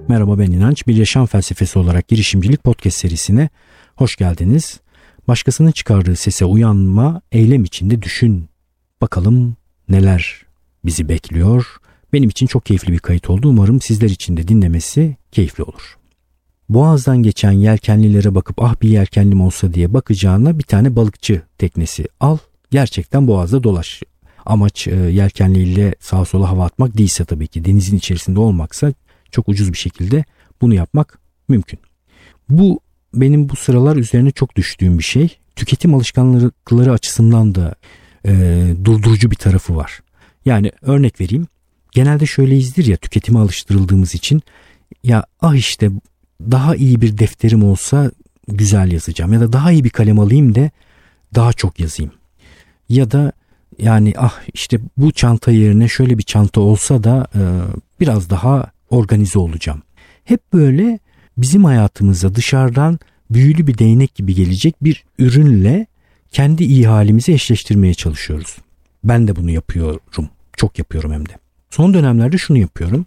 Merhaba, ben İnanç. Bir yaşam felsefesi olarak girişimcilik podcast serisine hoş geldiniz. Başkasının çıkardığı sese uyanma, eylem içinde düşün. Bakalım neler bizi bekliyor. Benim için çok keyifli bir kayıt oldu. Umarım sizler için de dinlemesi keyifli olur. Boğaz'dan geçen yelkenlilere bakıp ah bir yelkenlim olsa diye bakacağına bir tane balıkçı teknesi al. Gerçekten Boğaz'da dolaş. Amaç yelkenliyle sağa sola hava atmak değilse tabii ki, denizin içerisinde olmaksa çok ucuz bir şekilde bunu yapmak mümkün. Bu benim bu sıralar üzerine çok düştüğüm bir şey. Tüketim alışkanlıkları açısından da durdurucu bir tarafı var. Yani örnek vereyim. Genelde şöyleyizdir ya, tüketime alıştırıldığımız için ya işte daha iyi bir defterim olsa güzel yazacağım ya da daha iyi bir kalem alayım da daha çok yazayım. Ya da yani işte bu çanta yerine şöyle bir çanta olsa da biraz daha organize olacağım. Hep böyle bizim hayatımıza dışarıdan büyülü bir değnek gibi gelecek bir ürünle kendi iyi halimizi eşleştirmeye çalışıyoruz. Ben de bunu yapıyorum. Çok yapıyorum hem de. Son dönemlerde şunu yapıyorum.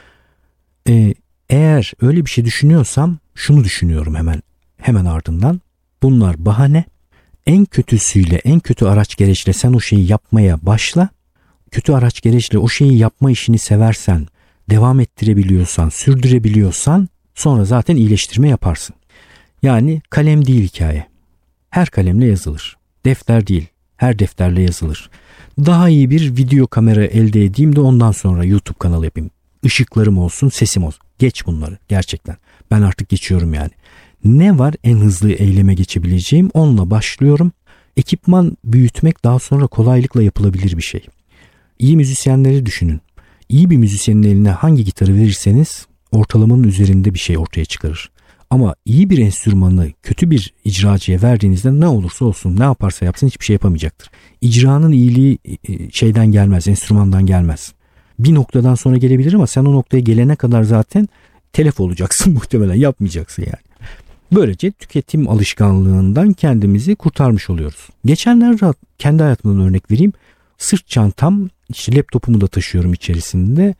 Eğer öyle bir şey düşünüyorsam şunu düşünüyorum hemen ardından. Bunlar bahane. En kötüsüyle, en kötü araç gereçle sen o şeyi yapmaya başla. Kötü araç gereçle o şeyi yapma işini seversen, devam ettirebiliyorsan, sürdürebiliyorsan sonra zaten iyileştirme yaparsın. Yani kalem değil hikaye. Her kalemle yazılır. Defter değil, her defterle yazılır. Daha iyi bir video kamera elde edeyim de ondan sonra YouTube kanalı yapayım. Işıklarım olsun, sesim olsun. Geç bunları gerçekten. Ben artık geçiyorum yani. Ne var en hızlı eyleme geçebileceğim? Onunla başlıyorum. Ekipman büyütmek daha sonra kolaylıkla yapılabilir bir şey. İyi müzisyenleri düşünün. İyi bir müzisyenin eline hangi gitarı verirseniz ortalamanın üzerinde bir şey ortaya çıkarır. Ama iyi bir enstrümanı kötü bir icracıya verdiğinizde ne olursa olsun, ne yaparsa yapsın hiçbir şey yapamayacaktır. İcranın iyiliği şeyden gelmez, enstrümandan gelmez. Bir noktadan sonra gelebilir ama sen o noktaya gelene kadar zaten telef olacaksın muhtemelen, yapmayacaksın yani. Böylece tüketim alışkanlığından kendimizi kurtarmış oluyoruz. Geçenlerde kendi hayatımdan örnek vereyim. Sırt çantam, işte laptopumu da taşıyorum içerisinde.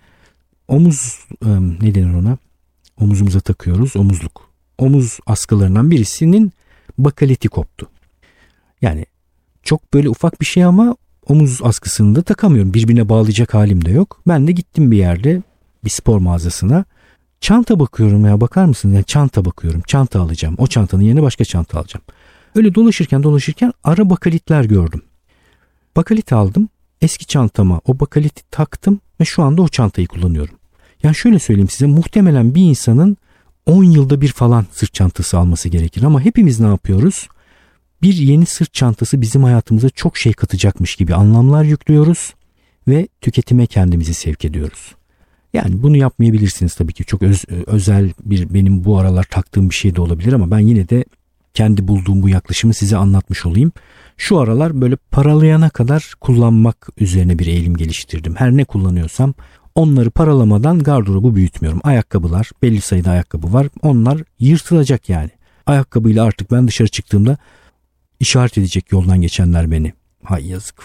Ne denir ona? Omuzumuza takıyoruz, omuzluk. Omuz askılarından birisinin bakaleti koptu. Yani çok böyle ufak bir şey ama omuz askısını da takamıyorum. Birbirine bağlayacak halim de yok. Ben de gittim bir yerde, bir spor mağazasına. Çanta bakıyorum ya, bakar mısın? Yani çanta bakıyorum. Çanta alacağım. O çantanın yerine başka çanta alacağım. Öyle dolaşırken ara bakalitler gördüm. Bakalit aldım. Eski çantama o bakaliti taktım ve şu anda o çantayı kullanıyorum. Yani şöyle söyleyeyim size, muhtemelen bir insanın 10 yılda bir falan sırt çantası alması gerekir. Ama hepimiz ne yapıyoruz? Bir yeni sırt çantası bizim hayatımıza çok şey katacakmış gibi anlamlar yüklüyoruz ve tüketime kendimizi sevk ediyoruz. Yani bunu yapmayabilirsiniz tabii ki. Çok özel bir, benim bu aralar taktığım bir şey de olabilir ama ben yine de kendi bulduğum bu yaklaşımı size anlatmış olayım. Şu aralar böyle paralayana kadar kullanmak üzerine bir eğilim geliştirdim. Her ne kullanıyorsam onları paralamadan gardırobu büyütmüyorum. Ayakkabılar, belli sayıda ayakkabı var. Onlar yırtılacak yani. Ayakkabıyla artık ben dışarı çıktığımda işaret edecek yoldan geçenler beni. Hay yazık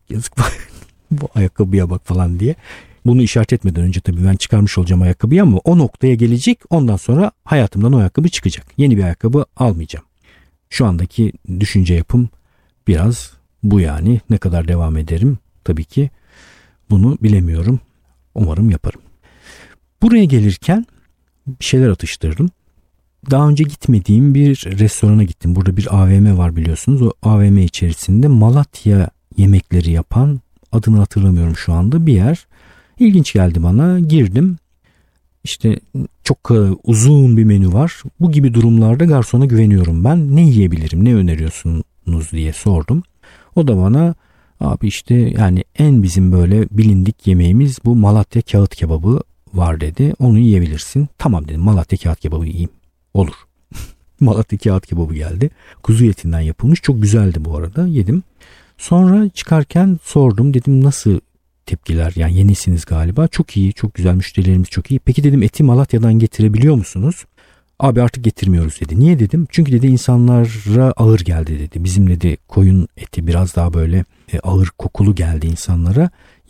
bu ayakkabıya bak falan diye. Bunu işaret etmeden önce tabii ben çıkarmış olacağım ayakkabıyı ama o noktaya gelecek. Ondan sonra hayatımdan o ayakkabı çıkacak. Yeni bir ayakkabı almayacağım. Şu andaki düşünce yapım biraz bu yani. Ne kadar devam ederim tabii ki bunu bilemiyorum. Umarım yaparım. Buraya gelirken bir şeyler atıştırdım. Daha önce gitmediğim bir restorana gittim. Burada bir AVM var biliyorsunuz. O AVM içerisinde Malatya yemekleri yapan, adını hatırlamıyorum şu anda, bir yer. İlginç geldi bana. Girdim. İşte çok uzun bir menü var. Bu gibi durumlarda garsona güveniyorum ben. Ne yiyebilirim, ne öneriyorsunuz diye sordum. O da bana abi işte yani en bizim böyle bilindik yemeğimiz bu Malatya kağıt kebabı var dedi. Onu yiyebilirsin. Tamam dedim, Malatya kağıt kebabı yiyeyim. Olur. Malatya kağıt kebabı geldi. Kuzu etinden yapılmış. Çok güzeldi bu arada. Yedim. Sonra çıkarken sordum. Dedim nasıl tepkiler? Yani yenisiniz galiba. Çok iyi. Çok güzel. Müşterilerimiz çok iyi. Peki dedim eti Malatya'dan getirebiliyor musunuz? Abi artık getirmiyoruz dedi. Niye dedim? Çünkü dedi insanlara ağır geldi dedi. Bizim dedi koyun eti biraz daha böyle ağır kokulu geldi insanlara.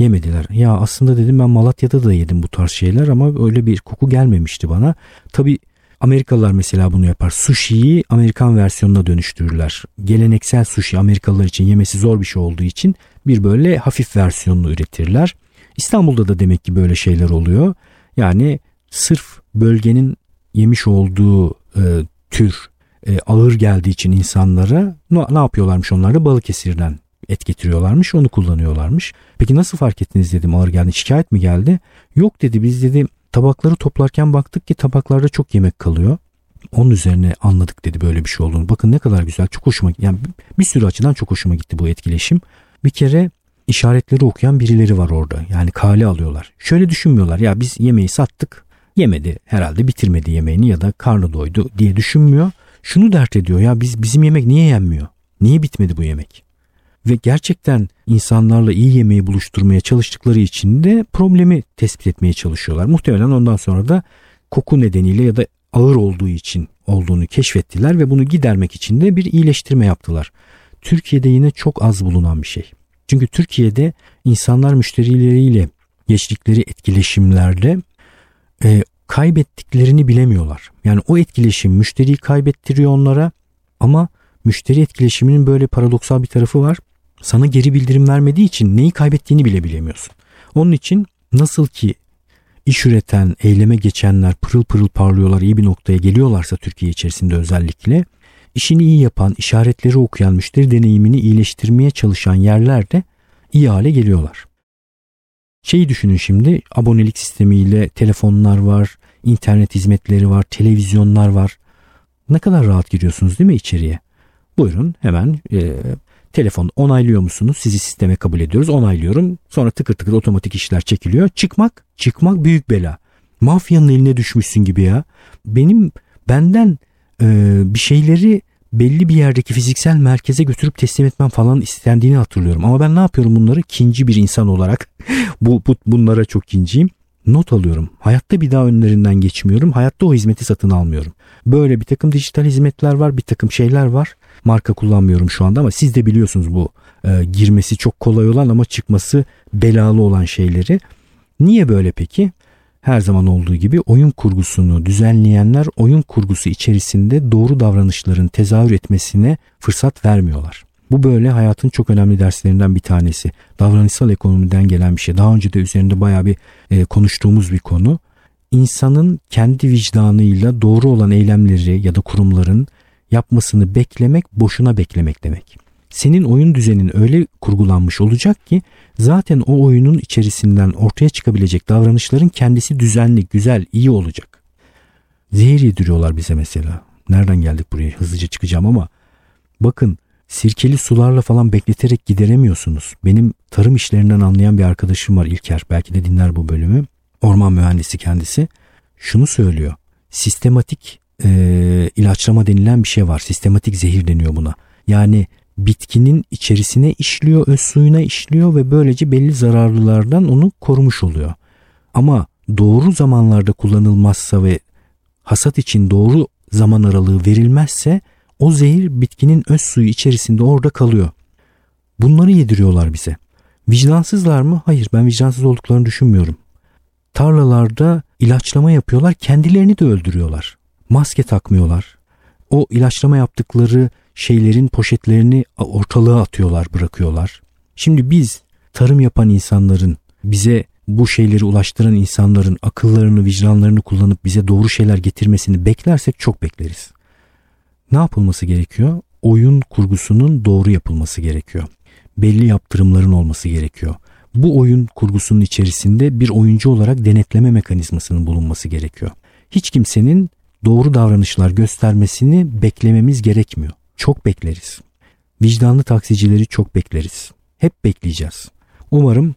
Yemediler. Ya aslında dedim ben Malatya'da da yedim bu tarz şeyler ama öyle bir koku gelmemişti bana. Tabii Amerikalılar mesela bunu yapar. Sushi'yi Amerikan versiyonuna dönüştürürler. Geleneksel sushi Amerikalılar için yemesi zor bir şey olduğu için bir böyle hafif versiyonunu üretirler. İstanbul'da da demek ki böyle şeyler oluyor. Yani sırf bölgenin yemiş olduğu tür ağır geldiği için insanlara ne yapıyorlarmış, onlar da Balıkesir'den et getiriyorlarmış, onu kullanıyorlarmış. Peki nasıl fark ettiniz dedim, ağır geldi, şikayet mi geldi? Yok dedi, biz dedi tabakları toplarken baktık ki tabaklarda çok yemek kalıyor. Onun üzerine anladık dedi böyle bir şey olduğunu. Bakın ne kadar güzel, çok hoşuma, yani bir sürü açıdan çok hoşuma gitti bu etkileşim. Bir kere işaretleri okuyan birileri var orada, yani kale alıyorlar. Şöyle düşünmüyorlar, ya biz yemeği sattık, yemedi herhalde, bitirmedi yemeğini ya da karnı doydu diye düşünmüyor. Şunu dert ediyor, ya bizim yemek niye yenmiyor? Niye bitmedi bu yemek? Ve gerçekten insanlarla iyi yemeği buluşturmaya çalıştıkları için de problemi tespit etmeye çalışıyorlar. Muhtemelen ondan sonra da koku nedeniyle ya da ağır olduğu için olduğunu keşfettiler ve bunu gidermek için de bir iyileştirme yaptılar. Türkiye'de yine çok az bulunan bir şey. Çünkü Türkiye'de insanlar müşterileriyle geçtikleri etkileşimlerde kaybettiklerini bilemiyorlar. Yani o etkileşim müşteriyi kaybettiriyor onlara, ama müşteri etkileşiminin böyle paradoksal bir tarafı var. Sana geri bildirim vermediği için neyi kaybettiğini bile bilemiyorsun. Onun için nasıl ki iş üreten, eyleme geçenler pırıl pırıl parlıyorlar, iyi bir noktaya geliyorlarsa Türkiye içerisinde özellikle, işini iyi yapan, işaretleri okuyan, müşteri deneyimini iyileştirmeye çalışan yerler de iyi hale geliyorlar. Şeyi düşünün şimdi, abonelik sistemiyle telefonlar var, internet hizmetleri var, televizyonlar var. Ne kadar rahat giriyorsunuz değil mi içeriye? Buyurun hemen telefon onaylıyor musunuz? Sizi sisteme kabul ediyoruz. Onaylıyorum. Sonra tıkır tıkır otomatik işler çekiliyor. Çıkmak büyük bela. Mafyanın eline düşmüşsün gibi ya. Benden bir şeyleri belli bir yerdeki fiziksel merkeze götürüp teslim etmem falan istendiğini hatırlıyorum. Ama ben ne yapıyorum bunları? Kinci bir insan olarak bunlara çok kinciyim. Not alıyorum. Hayatta bir daha önlerinden geçmiyorum. Hayatta o hizmeti satın almıyorum. Böyle bir takım dijital hizmetler var, bir takım şeyler var. Marka kullanmıyorum şu anda ama siz de biliyorsunuz bu girmesi çok kolay olan ama çıkması belalı olan şeyleri. Niye böyle peki? Her zaman olduğu gibi oyun kurgusunu düzenleyenler oyun kurgusu içerisinde doğru davranışların tezahür etmesine fırsat vermiyorlar. Bu böyle hayatın çok önemli derslerinden bir tanesi. Davranışsal ekonomiden gelen bir şey. Daha önce de üzerinde bayağı bir konuştuğumuz bir konu. İnsanın kendi vicdanıyla doğru olan eylemleri ya da kurumların yapmasını beklemek boşuna beklemek demek. Senin oyun düzenin öyle kurgulanmış olacak ki zaten o oyunun içerisinden ortaya çıkabilecek davranışların kendisi düzenli, güzel, iyi olacak. Zehir yediriyorlar bize mesela. Nereden geldik buraya? Hızlıca çıkacağım ama bakın, sirkeli sularla falan bekleterek gideremiyorsunuz. Benim tarım işlerinden anlayan bir arkadaşım var, İlker. Belki de dinler bu bölümü. Orman mühendisi kendisi. Şunu söylüyor. Sistematik ilaçlama denilen bir şey var. Sistematik zehir deniyor buna. Yani bitkinin içerisine işliyor, öz suyuna işliyor ve böylece belli zararlılardan onu korumuş oluyor. Ama doğru zamanlarda kullanılmazsa ve hasat için doğru zaman aralığı verilmezse o zehir bitkinin öz suyu içerisinde orada kalıyor. Bunları yediriyorlar bize. Vicdansızlar mı? Hayır, ben vicdansız olduklarını düşünmüyorum. Tarlalarda ilaçlama yapıyorlar, kendilerini de öldürüyorlar. Maske takmıyorlar. O ilaçlama yaptıkları şeylerin poşetlerini ortalığa atıyorlar, bırakıyorlar. Şimdi biz tarım yapan insanların, bize bu şeyleri ulaştıran insanların akıllarını, vicdanlarını kullanıp bize doğru şeyler getirmesini beklersek çok bekleriz. Ne yapılması gerekiyor? Oyun kurgusunun doğru yapılması gerekiyor. Belli yaptırımların olması gerekiyor. Bu oyun kurgusunun içerisinde bir oyuncu olarak denetleme mekanizmasının bulunması gerekiyor. Hiç kimsenin doğru davranışlar göstermesini beklememiz gerekmiyor. Çok bekleriz. Vicdanlı taksicileri çok bekleriz. Hep bekleyeceğiz. Umarım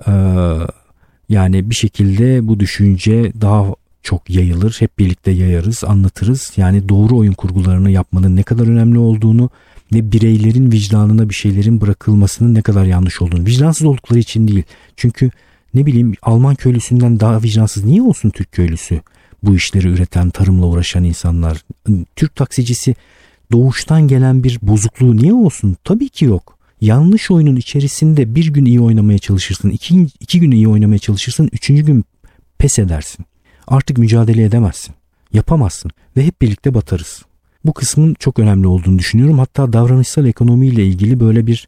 yani bir şekilde bu düşünce daha çok yayılır. Hep birlikte yayarız, anlatırız. Yani doğru oyun kurgularını yapmanın ne kadar önemli olduğunu ve bireylerin vicdanına bir şeylerin bırakılmasının ne kadar yanlış olduğunu. Vicdansız oldukları için değil. Çünkü ne bileyim, Alman köylüsünden daha vicdansız niye olsun Türk köylüsü? Bu işleri üreten, tarımla uğraşan insanlar. Türk taksicisi doğuştan gelen bir bozukluğu niye olsun? Tabii ki yok. yanlış oyunun içerisinde bir gün iyi oynamaya çalışırsın, iki gün iyi oynamaya çalışırsın, üçüncü gün pes edersin. Artık mücadele edemezsin, yapamazsın ve hep birlikte batarız. Bu kısmın çok önemli olduğunu düşünüyorum. Hatta davranışsal ekonomiyle ilgili böyle bir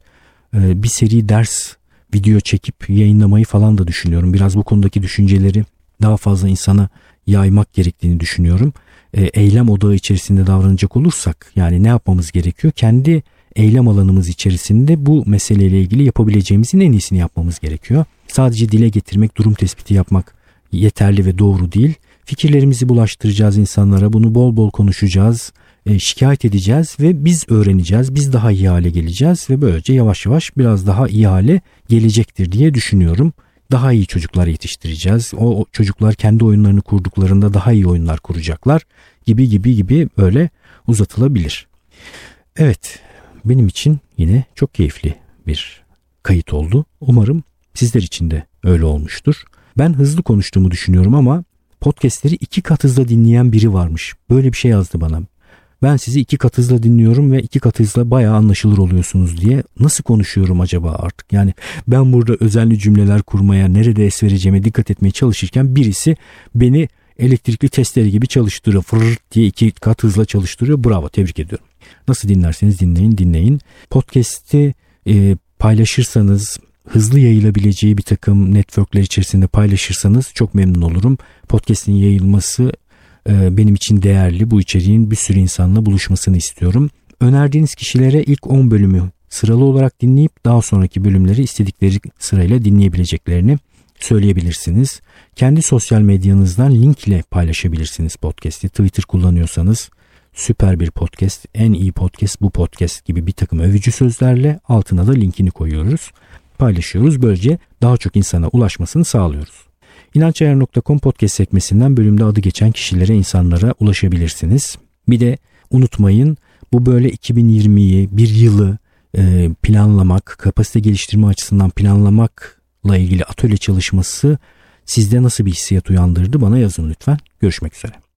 seri ders video çekip yayınlamayı falan da düşünüyorum. Biraz bu konudaki düşünceleri daha fazla insana yaymak gerektiğini düşünüyorum. Eylem odağı içerisinde davranacak olursak, yani ne yapmamız gerekiyor? Kendi eylem alanımız içerisinde bu meseleyle ilgili yapabileceğimizin en iyisini yapmamız gerekiyor. Sadece dile getirmek, durum tespiti yapmak yeterli ve doğru değil. Fikirlerimizi bulaştıracağız insanlara, bunu bol bol konuşacağız, şikayet edeceğiz ve biz öğreneceğiz, biz daha iyi hale geleceğiz ve böylece yavaş yavaş biraz daha iyi hale gelecektir diye düşünüyorum. Daha iyi çocuklar yetiştireceğiz. O çocuklar kendi oyunlarını kurduklarında daha iyi oyunlar kuracaklar gibi böyle uzatılabilir. Evet, benim için yine çok keyifli bir kayıt oldu. Umarım sizler için de öyle olmuştur. Ben hızlı konuştuğumu düşünüyorum ama podcastleri 2 kat hızla dinleyen biri varmış. Böyle bir şey yazdı bana. Ben sizi 2 kat hızla dinliyorum ve 2 kat hızla bayağı anlaşılır oluyorsunuz diye. Nasıl konuşuyorum acaba artık? Yani ben burada özenli cümleler kurmaya, nerede es vereceğime dikkat etmeye çalışırken birisi beni elektrikli testere gibi çalıştırıyor. Fırrt diye 2 kat hızla çalıştırıyor. Bravo, tebrik ediyorum. Nasıl dinlerseniz dinleyin. Podcast'i paylaşırsanız, hızlı yayılabileceği bir takım networkler içerisinde paylaşırsanız çok memnun olurum. Podcast'in yayılması benim için değerli. Bu içeriğin bir sürü insanla buluşmasını istiyorum. Önerdiğiniz kişilere ilk 10 bölümü sıralı olarak dinleyip daha sonraki bölümleri istedikleri sırayla dinleyebileceklerini söyleyebilirsiniz. Kendi sosyal medyanızdan linkle paylaşabilirsiniz podcast'i. Twitter kullanıyorsanız süper bir podcast, en iyi podcast bu podcast gibi bir takım övücü sözlerle altına da linkini koyuyoruz. Paylaşıyoruz. Böylece daha çok insana ulaşmasını sağlıyoruz. İnançayar.com podcast sekmesinden bölümde adı geçen kişilere, insanlara ulaşabilirsiniz. Bir de unutmayın, bu böyle 2020'yi, bir yılı planlamak, kapasite geliştirme açısından planlamakla ilgili atölye çalışması sizde nasıl bir hissiyat uyandırdı? Bana yazın lütfen. Görüşmek üzere.